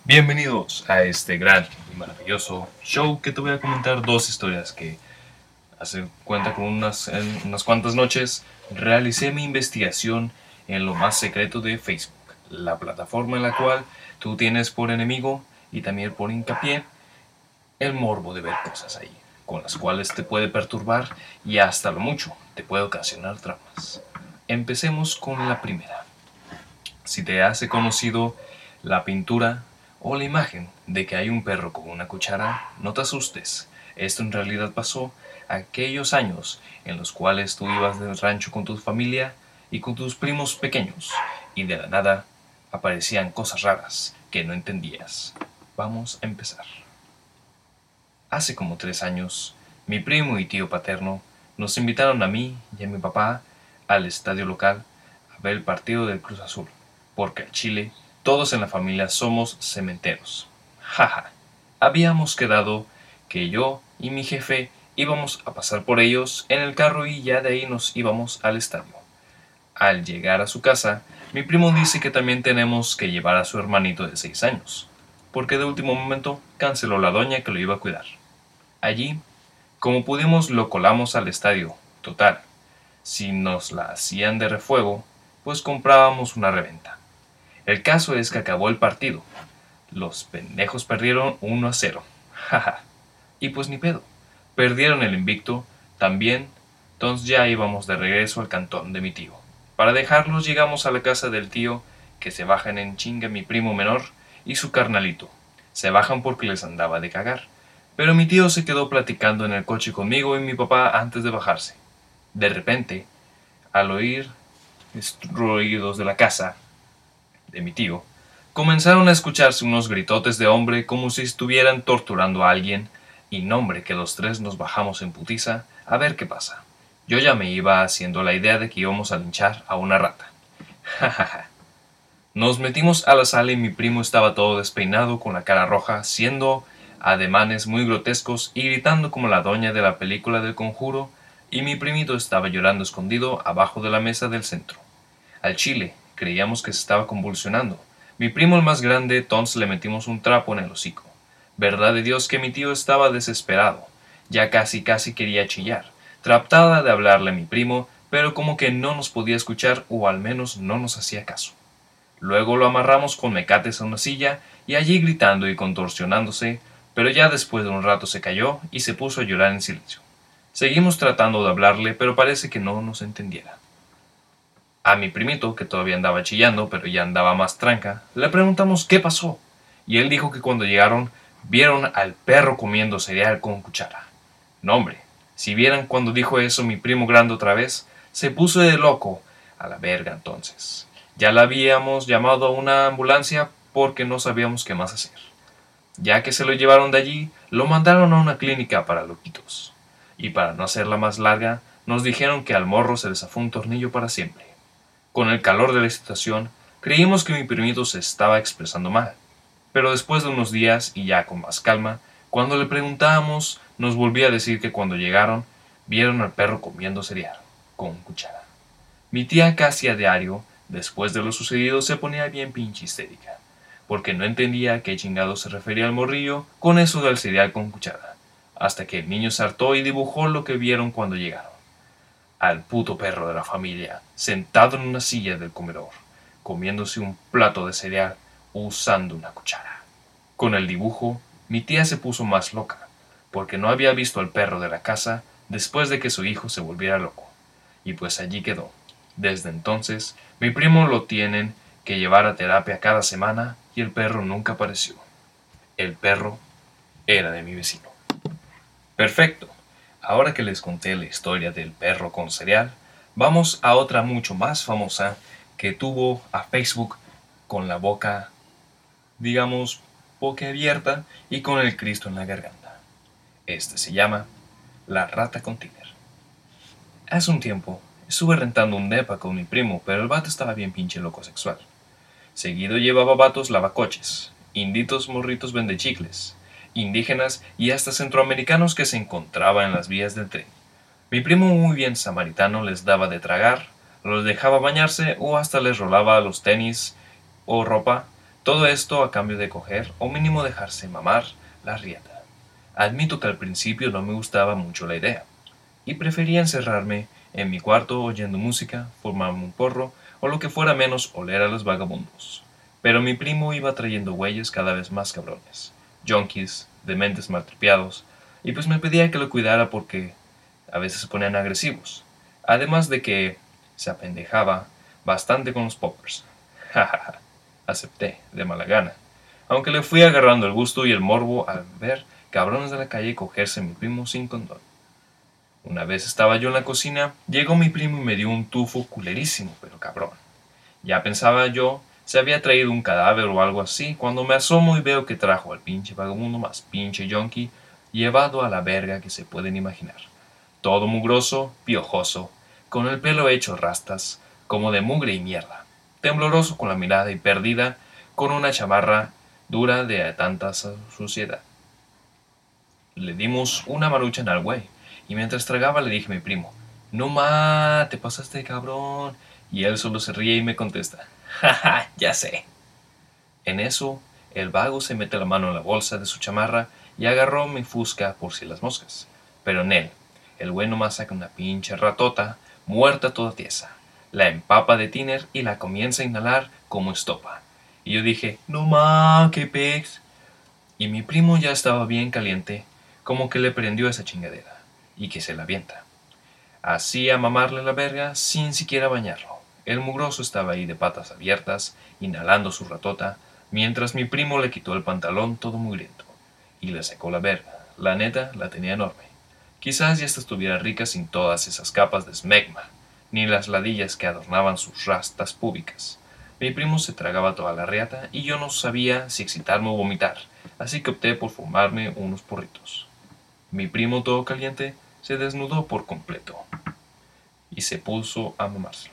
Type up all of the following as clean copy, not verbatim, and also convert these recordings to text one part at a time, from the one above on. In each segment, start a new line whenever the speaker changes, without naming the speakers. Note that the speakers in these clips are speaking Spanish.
Bienvenidos a este gran y maravilloso show que te voy a comentar dos historias que hace cuenta con en unas cuantas noches realicé mi investigación en lo más secreto de Facebook, la plataforma en la cual tú tienes por enemigo y también por hincapié el morbo de ver cosas ahí, con las cuales te puede perturbar y hasta lo mucho te puede ocasionar traumas. Empecemos con la primera. Si te hace conocido la pintura o la imagen de que hay un perro con una cuchara, no te asustes. Esto en realidad pasó aquellos años en los cuales tú ibas del rancho con tu familia y con tus primos pequeños, y de la nada aparecían cosas raras que no entendías. Vamos a empezar. Hace como 3 años, mi primo y tío paterno nos invitaron a mí y a mi papá al estadio local a ver el partido del Cruz Azul, porque en Chile todos en la familia somos cementeros. Jaja, habíamos quedado que yo y mi jefe íbamos a pasar por ellos en el carro y ya de ahí nos íbamos al estadio. Al llegar a su casa, mi primo dice que también tenemos que llevar a su hermanito de 6 años, porque de último momento canceló la doña que lo iba a cuidar. Allí, como pudimos, lo colamos al estadio. Total, si nos la hacían de refuego, pues comprábamos una reventa. El caso es que acabó el partido. Los pendejos perdieron 1-0. Jaja. Y pues ni pedo. Perdieron el invicto también. Entonces ya íbamos de regreso al cantón de mi tío. Para dejarlos llegamos a la casa del tío, que se bajan en chinga mi primo menor y su carnalito. Se bajan porque les andaba de cagar. Pero mi tío se quedó platicando en el coche conmigo y mi papá antes de bajarse. De repente, al oír ruidos de la casa de mi tío, comenzaron a escucharse unos gritotes de hombre como si estuvieran torturando a alguien, y nombre que los tres nos bajamos en putiza a ver qué pasa. Yo ya me iba haciendo la idea de que íbamos a linchar a una rata. Jajaja. Nos metimos a la sala y mi primo estaba todo despeinado con la cara roja, haciendo ademanes muy grotescos y gritando como la doña de la película del Conjuro, y mi primito estaba llorando escondido abajo de la mesa del centro. Al chile, creíamos que se estaba convulsionando. Mi primo el más grande, entonces le metimos un trapo en el hocico. Verdad de Dios que mi tío estaba desesperado. Ya casi quería chillar. Trataba de hablarle a mi primo, pero como que no nos podía escuchar o al menos no nos hacía caso. Luego lo amarramos con mecates a una silla y allí gritando y contorsionándose, pero ya después de un rato se cayó y se puso a llorar en silencio. Seguimos tratando de hablarle, pero parece que no nos entendiera. A mi primito, que todavía andaba chillando, pero ya andaba más tranca, le preguntamos qué pasó, y él dijo que cuando llegaron vieron al perro comiendo cereal con cuchara. No, hombre, si vieran cuando dijo eso mi primo grande otra vez, se puso de loco a la verga entonces. Ya le habíamos llamado a una ambulancia porque no sabíamos qué más hacer. Ya que se lo llevaron de allí, lo mandaron a una clínica para loquitos. Y para no hacerla más larga, nos dijeron que al morro se le zafó un tornillo para siempre. Con el calor de la situación, creímos que mi primito se estaba expresando mal. Pero después de unos días y ya con más calma, cuando le preguntábamos, nos volvía a decir que cuando llegaron, vieron al perro comiendo cereal, con cuchara. Mi tía casi a diario, después de lo sucedido, se ponía bien pinche histérica, porque no entendía a qué chingado se refería el morrillo con eso del cereal con cuchara, hasta que el niño se hartó y dibujó lo que vieron cuando llegaron. Al puto perro de la familia, sentado en una silla del comedor, comiéndose un plato de cereal usando una cuchara. Con el dibujo, mi tía se puso más loca, porque no había visto al perro de la casa después de que su hijo se volviera loco, y pues allí quedó. Desde entonces, mi primo lo tienen que llevar a terapia cada semana y el perro nunca apareció. El perro era de mi vecino. Perfecto. Ahora que les conté la historia del perro con cereal, vamos a otra mucho más famosa que tuvo a Facebook con la boca, digamos, boquiabierta y con el Cristo en la garganta. Este se llama La Rata con Tinder. Hace un tiempo estuve rentando un depa con mi primo, pero el vato estaba bien pinche loco sexual. Seguido llevaba vatos lavacoches, inditos morritos vendechicles, indígenas y hasta centroamericanos que se encontraban en las vías del tren. Mi primo muy bien samaritano les daba de tragar, los dejaba bañarse o hasta les rolaba los tenis o ropa, Todo esto a cambio de coger o mínimo dejarse mamar la riata. Admito que al principio no me gustaba mucho la idea, y prefería encerrarme en mi cuarto oyendo música, fumarme un porro o lo que fuera menos oler a los vagabundos. Pero mi primo iba trayendo güeyes cada vez más cabrones, junkies, dementes maltripiados, y pues me pedía que lo cuidara porque a veces se ponían agresivos. Además de que se apendejaba bastante con los poppers. Jajaja, acepté, de mala gana. Aunque le fui agarrando el gusto y el morbo al ver cabrones de la calle cogerse a mi primo sin condón. Una vez estaba yo en la cocina, llegó mi primo y me dio un tufo culerísimo, pero cabrón. Ya pensaba yo, se había traído un cadáver o algo así, cuando me asomo y veo que trajo al pinche vagabundo más pinche yonki, llevado a la verga que se pueden imaginar. Todo mugroso, piojoso, con el pelo hecho rastas, como de mugre y mierda, tembloroso con la mirada y perdida, con una chamarra dura de tanta suciedad. Le dimos una maruchan al güey, y mientras tragaba le dije a mi primo, no ma, te pasaste de cabrón, y él solo se ríe y me contesta, jaja, ya sé. En eso, el vago se mete la mano en la bolsa de su chamarra y agarró mi fusca por si las moscas, pero en él, el güey nomás saca una pinche ratota, muerta toda tiesa, la empapa de tiner y la comienza a inhalar como estopa. Y yo dije, no ma, qué pex. Y mi primo ya estaba bien caliente, como que le prendió esa chingadera, y que se la avienta. Así a mamarle la verga sin siquiera bañarlo. El mugroso estaba ahí de patas abiertas, inhalando su ratota, mientras mi primo le quitó el pantalón todo mugriento, y le secó la verga. La neta, la tenía enorme. Quizás ya esta estuviera rica sin todas esas capas de smegma, ni las ladillas que adornaban sus rastas púbicas. Mi primo se tragaba toda la riata y yo no sabía si excitarme o vomitar, así que opté por fumarme unos porritos. Mi primo todo caliente se desnudó por completo y se puso a mamárselo.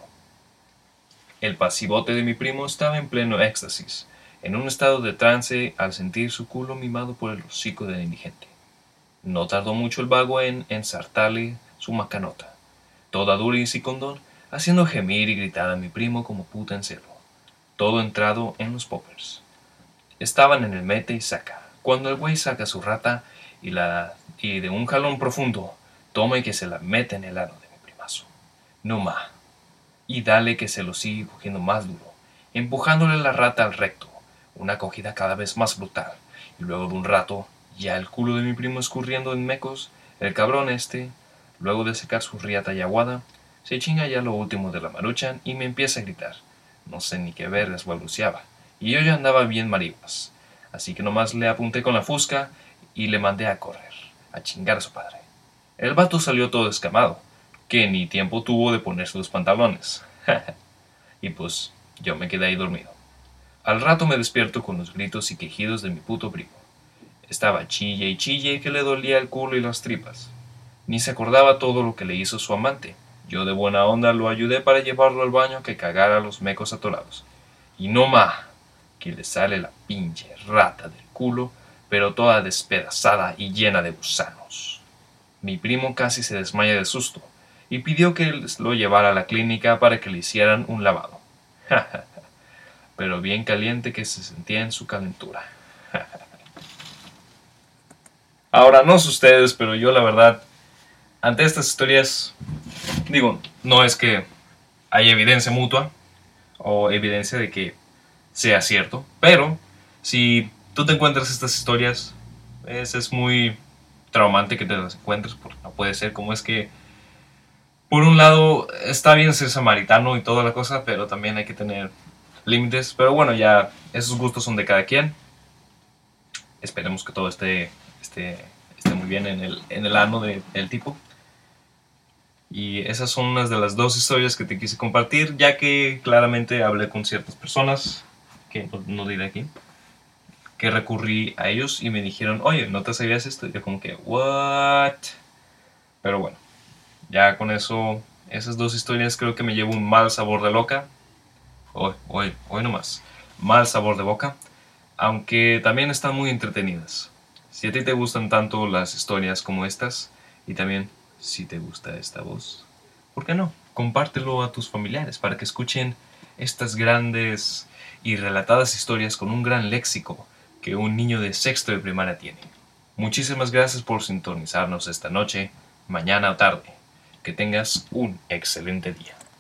El pasivote de mi primo estaba en pleno éxtasis, en un estado de trance al sentir su culo mimado por el hocico del indigente. No tardó mucho el vago en ensartarle su macanota, toda dura y sin condón, haciendo gemir y gritar a mi primo como puta en celo, todo entrado en los poppers. Estaban en el mete y saca, cuando el güey saca su rata y de un jalón profundo toma y que se la mete en el ano de mi primazo. No ma. Y dale que se lo sigue cogiendo más duro, empujándole la rata al recto, una cogida cada vez más brutal, y luego de un rato, ya el culo de mi primo escurriendo en mecos, el cabrón este, luego de secar su riata y aguada, se chinga ya lo último de la maruchan y me empieza a gritar. No sé ni qué vergas balbuceaba, y yo ya andaba bien marihuas, así que nomás le apunté con la fusca y le mandé a correr, a chingar a su padre. El vato salió todo escamado, que ni tiempo tuvo de ponerse los pantalones. Y pues yo me quedé ahí dormido. Al rato me despierto con los gritos y quejidos de mi puto primo. Estaba chille y chille que le dolía el culo y las tripas. Ni se acordaba todo lo que le hizo su amante. Yo de buena onda lo ayudé para llevarlo al baño a que cagara los mecos atorados. Y no ma, que le sale la pinche rata del culo, pero toda despedazada y llena de gusanos. Mi primo casi se desmaya de susto y pidió que lo llevara a la clínica para que le hicieran un lavado. Pero bien caliente que se sentía en su calentura. Ahora, no sé ustedes, pero yo la verdad, ante estas historias, digo, no es que haya evidencia mutua o evidencia de que sea cierto, pero si tú te encuentras estas historias, es muy traumante que te las encuentres, porque no puede ser como es que, por un lado, está bien ser samaritano y toda la cosa, pero también hay que tener límites. Pero bueno, ya esos gustos son de cada quien. Esperemos que todo esté muy bien en el ano del tipo. Y esas son unas de las dos historias que te quise compartir, ya que claramente hablé con ciertas personas, que no diré aquí, que recurrí a ellos y me dijeron, oye, ¿no te sabías esto? Y yo como que, ¿what? Pero bueno, ya con eso, esas dos historias creo que me llevo un mal sabor de boca. Hoy nomás. Mal sabor de boca. Aunque también están muy entretenidas. Si a ti te gustan tanto las historias como estas, y también si te gusta esta voz, ¿por qué no? Compártelo a tus familiares para que escuchen estas grandes y relatadas historias con un gran léxico que un niño de sexto de primaria tiene. Muchísimas gracias por sintonizarnos esta noche, mañana o tarde. Que tengas un excelente día.